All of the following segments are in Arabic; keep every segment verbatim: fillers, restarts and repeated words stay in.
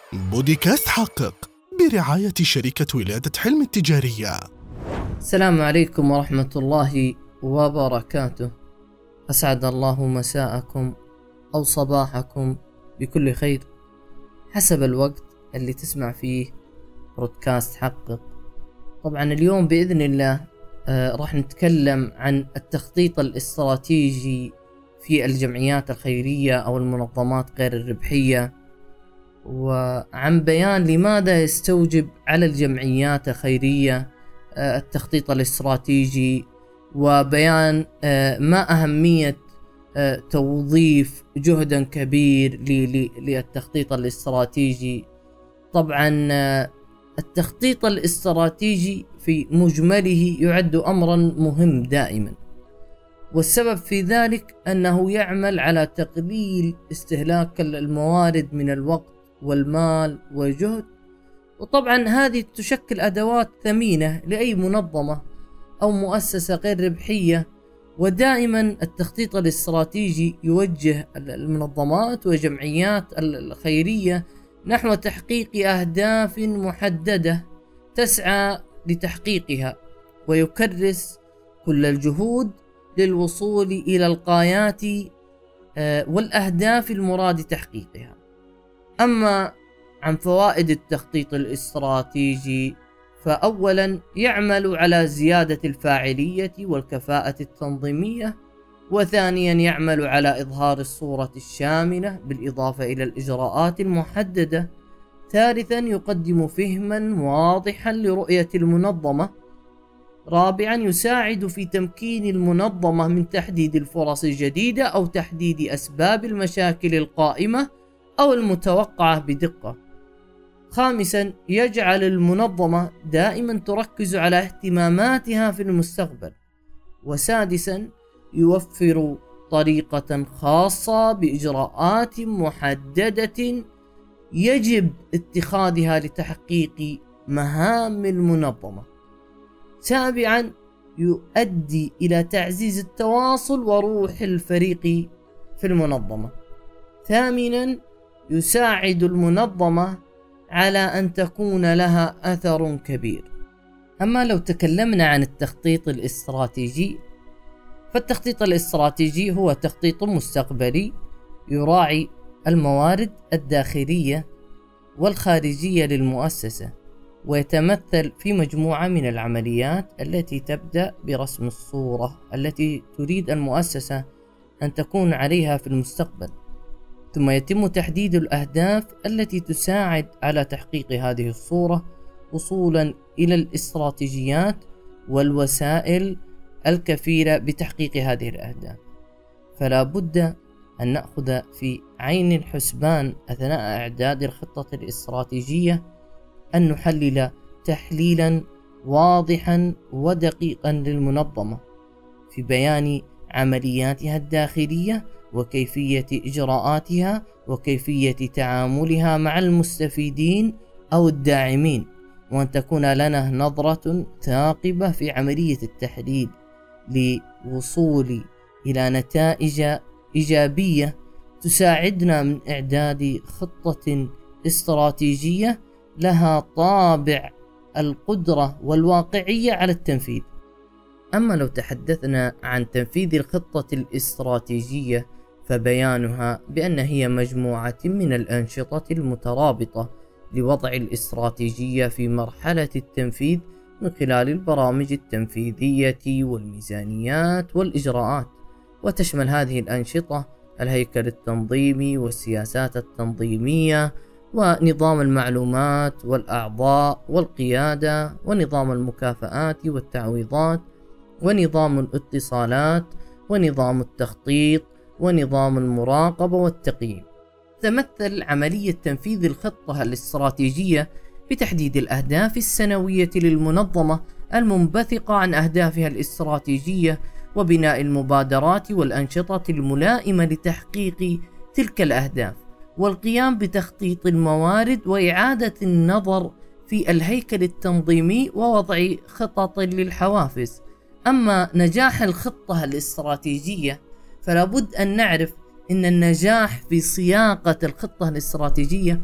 بودكاست حقق برعاية شركة ولادة حلم التجارية. السلام عليكم ورحمة الله وبركاته. أسعد الله مساءكم أو صباحكم بكل خير حسب الوقت اللي تسمع فيه بودكاست حقق. طبعا اليوم بإذن الله آه راح نتكلم عن التخطيط الاستراتيجي في الجمعيات الخيرية أو المنظمات غير الربحية، وعن بيان لماذا يستوجب على الجمعيات الخيرية التخطيط الاستراتيجي، وبيان ما أهمية توظيف جهدا كبير للتخطيط الاستراتيجي. طبعا التخطيط الاستراتيجي في مجمله يعد أمرا مهم دائما، والسبب في ذلك أنه يعمل على تقليل استهلاك الموارد من الوقت والمال والجهد، وطبعا هذه تشكل أدوات ثمينة لأي منظمة أو مؤسسة غير ربحية. ودائما التخطيط الاستراتيجي يوجه المنظمات وجمعيات الخيرية نحو تحقيق أهداف محددة تسعى لتحقيقها، ويكرس كل الجهود للوصول إلى الغايات والأهداف المراد تحقيقها. أما عن فوائد التخطيط الاستراتيجي، فأولا يعمل على زيادة الفاعلية والكفاءة التنظيمية، وثانيا يعمل على إظهار الصورة الشاملة بالإضافة إلى الإجراءات المحددة، ثالثا يقدم فهما واضحا لرؤية المنظمة، رابعا يساعد في تمكين المنظمة من تحديد الفرص الجديدة أو تحديد أسباب المشاكل القائمة أو المتوقعة بدقة، خامسا يجعل المنظمة دائما تركز على اهتماماتها في المستقبل، وسادسا يوفر طريقة خاصة بإجراءات محددة يجب اتخاذها لتحقيق مهام المنظمة، سابعا يؤدي إلى تعزيز التواصل وروح الفريق في المنظمة، ثامنا يساعد المنظمة على أن تكون لها أثر كبير. أما لو تكلمنا عن التخطيط الاستراتيجي، فالتخطيط الاستراتيجي هو تخطيط مستقبلي يراعي الموارد الداخلية والخارجية للمؤسسة، ويتمثل في مجموعة من العمليات التي تبدأ برسم الصورة التي تريد المؤسسة أن تكون عليها في المستقبل، ثم يتم تحديد الأهداف التي تساعد على تحقيق هذه الصورة وصولا إلى الاستراتيجيات والوسائل الكفيلة بتحقيق هذه الأهداف. فلا بد أن نأخذ في عين الحسبان أثناء إعداد الخطة الاستراتيجية أن نحلل تحليلا واضحا ودقيقا للمنظمة في بيان عملياتها الداخلية وكيفية إجراءاتها وكيفية تعاملها مع المستفيدين أو الداعمين، وأن تكون لنا نظرة ثاقبة في عملية التحليل لوصول إلى نتائج إيجابية تساعدنا من إعداد خطة استراتيجية لها طابع القدرة والواقعية على التنفيذ. أما لو تحدثنا عن تنفيذ الخطة الاستراتيجية، فبيانها بأن هي مجموعة من الأنشطة المترابطة لوضع الاستراتيجية في مرحلة التنفيذ من خلال البرامج التنفيذية والميزانيات والإجراءات، وتشمل هذه الأنشطة الهيكل التنظيمي والسياسات التنظيمية ونظام المعلومات والأعضاء والقيادة ونظام المكافآت والتعويضات ونظام الاتصالات ونظام التخطيط ونظام المراقبة والتقييم. تمثل عملية تنفيذ الخطة الاستراتيجية بتحديد الأهداف السنوية للمنظمة المنبثقة عن أهدافها الاستراتيجية، وبناء المبادرات والأنشطة الملائمة لتحقيق تلك الأهداف، والقيام بتخطيط الموارد وإعادة النظر في الهيكل التنظيمي ووضع خطط للحوافز. أما نجاح الخطة الاستراتيجية فلا بد أن نعرف أن النجاح في صياغة الخطة الاستراتيجية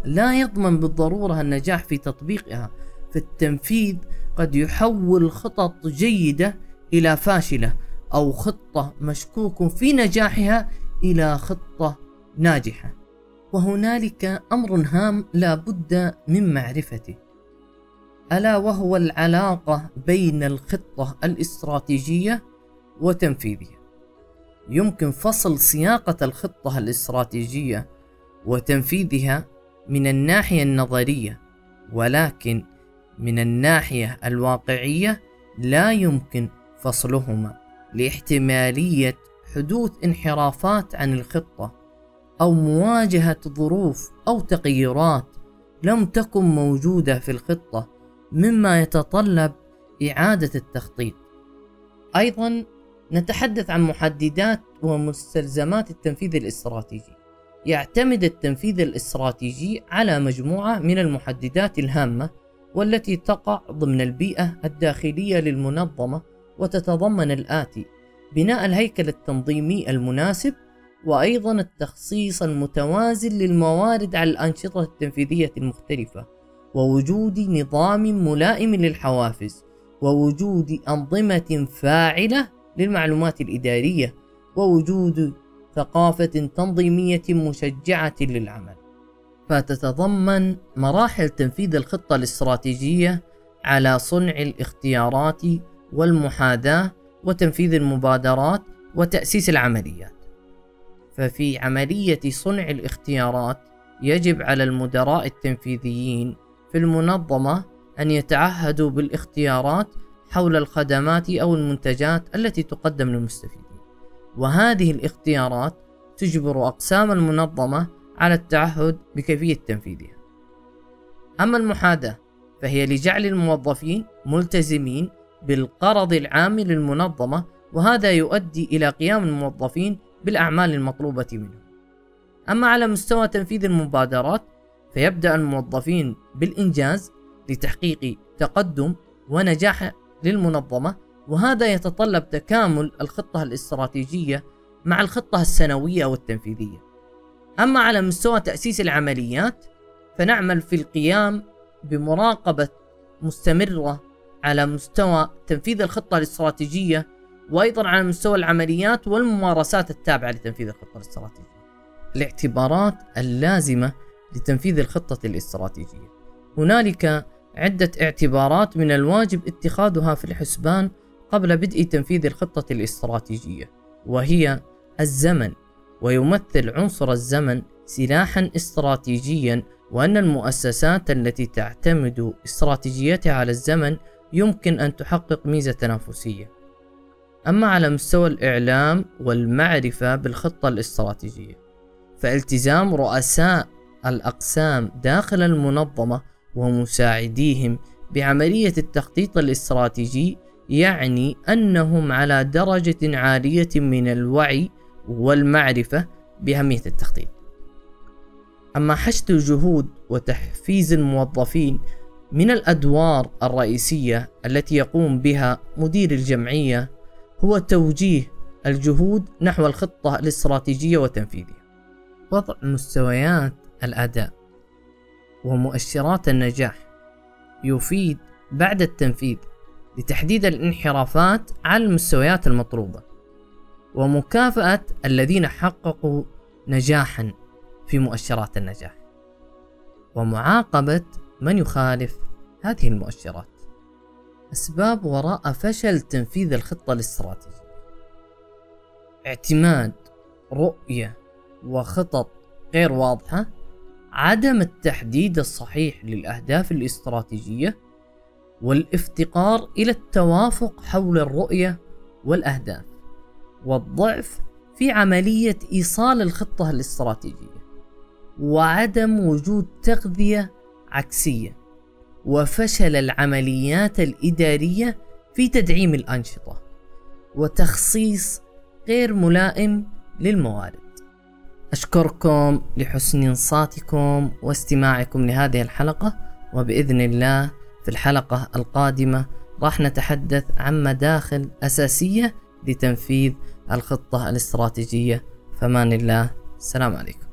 لا يضمن بالضرورة النجاح في تطبيقها، فالتنفيذ قد يحول خطط جيدة إلى فاشلة، أو خطة مشكوك في نجاحها إلى خطة ناجحة. وهنالك أمر هام لا بد من معرفته، ألا وهو العلاقة بين الخطة الاستراتيجية وتنفيذها. يمكن فصل صياغة الخطة الاستراتيجية وتنفيذها من الناحية النظرية، ولكن من الناحية الواقعية لا يمكن فصلهما، لاحتمالية حدوث انحرافات عن الخطة أو مواجهة ظروف أو تغيرات لم تكن موجودة في الخطة، مما يتطلب إعادة التخطيط. أيضا نتحدث عن محددات ومستلزمات التنفيذ الاستراتيجي. يعتمد التنفيذ الاستراتيجي على مجموعة من المحددات الهامة والتي تقع ضمن البيئة الداخلية للمنظمة، وتتضمن الآتي: بناء الهيكل التنظيمي المناسب، وأيضا التخصيص المتوازن للموارد على الأنشطة التنفيذية المختلفة، ووجود نظام ملائم للحوافز، ووجود أنظمة فاعلة للمعلومات الإدارية، ووجود ثقافة تنظيمية مشجعة للعمل. فتتضمن مراحل تنفيذ الخطة الاستراتيجية على صنع الاختيارات والمحاذاة وتنفيذ المبادرات وتأسيس العمليات. ففي عملية صنع الاختيارات يجب على المدراء التنفيذيين في المنظمة أن يتعهدوا بالاختيارات حول الخدمات أو المنتجات التي تقدم للمستفيدين، وهذه الاختيارات تجبر أقسام المنظمة على التعهد بكيفية تنفيذها. أما المحاذاة فهي لجعل الموظفين ملتزمين بالغرض العام للمنظمة، وهذا يؤدي إلى قيام الموظفين بالأعمال المطلوبة منهم. أما على مستوى تنفيذ المبادرات فيبدأ الموظفين بالإنجاز لتحقيق تقدم ونجاح للمنظمة، وهذا يتطلب تكامل الخطة الاستراتيجية مع الخطة السنوية والتنفيذية. أما على مستوى تأسيس العمليات فنعمل في القيام بمراقبة مستمرة على مستوى تنفيذ الخطة الاستراتيجية، وأيضا على مستوى العمليات والممارسات التابعة لتنفيذ الخطة الاستراتيجية. الاعتبارات اللازمة لتنفيذ الخطة الاستراتيجية: هنالك عدة اعتبارات من الواجب اتخاذها في الحسبان قبل بدء تنفيذ الخطة الاستراتيجية، وهي الزمن، ويمثل عنصر الزمن سلاحا استراتيجيا، وأن المؤسسات التي تعتمد استراتيجيتها على الزمن يمكن أن تحقق ميزة تنافسية. أما على مستوى الإعلام والمعرفة بالخطة الاستراتيجية فالتزام رؤساء الأقسام داخل المنظمة ومساعديهم بعملية التخطيط الاستراتيجي يعني أنهم على درجة عالية من الوعي والمعرفة بأهمية التخطيط. أما حشد الجهود وتحفيز الموظفين من الأدوار الرئيسية التي يقوم بها مدير الجمعية هو توجيه الجهود نحو الخطة الاستراتيجية وتنفيذها. وضع مستويات الأداء ومؤشرات النجاح يفيد بعد التنفيذ لتحديد الانحرافات على المستويات المطلوبة، ومكافأة الذين حققوا نجاحا في مؤشرات النجاح، ومعاقبة من يخالف هذه المؤشرات. أسباب وراء فشل تنفيذ الخطة الاستراتيجية: اعتماد رؤية وخطط غير واضحة، عدم التحديد الصحيح للأهداف الاستراتيجية، والافتقار إلى التوافق حول الرؤية والأهداف، والضعف في عملية إيصال الخطة الاستراتيجية، وعدم وجود تغذية عكسية، وفشل العمليات الإدارية في تدعيم الأنشطة، وتخصيص غير ملائم للموارد. أشكركم لحسن إنصاتكم واستماعكم لهذه الحلقة، وبإذن الله في الحلقة القادمة راح نتحدث عن مداخل أساسية لتنفيذ الخطة الاستراتيجية. فمان الله، السلام عليكم.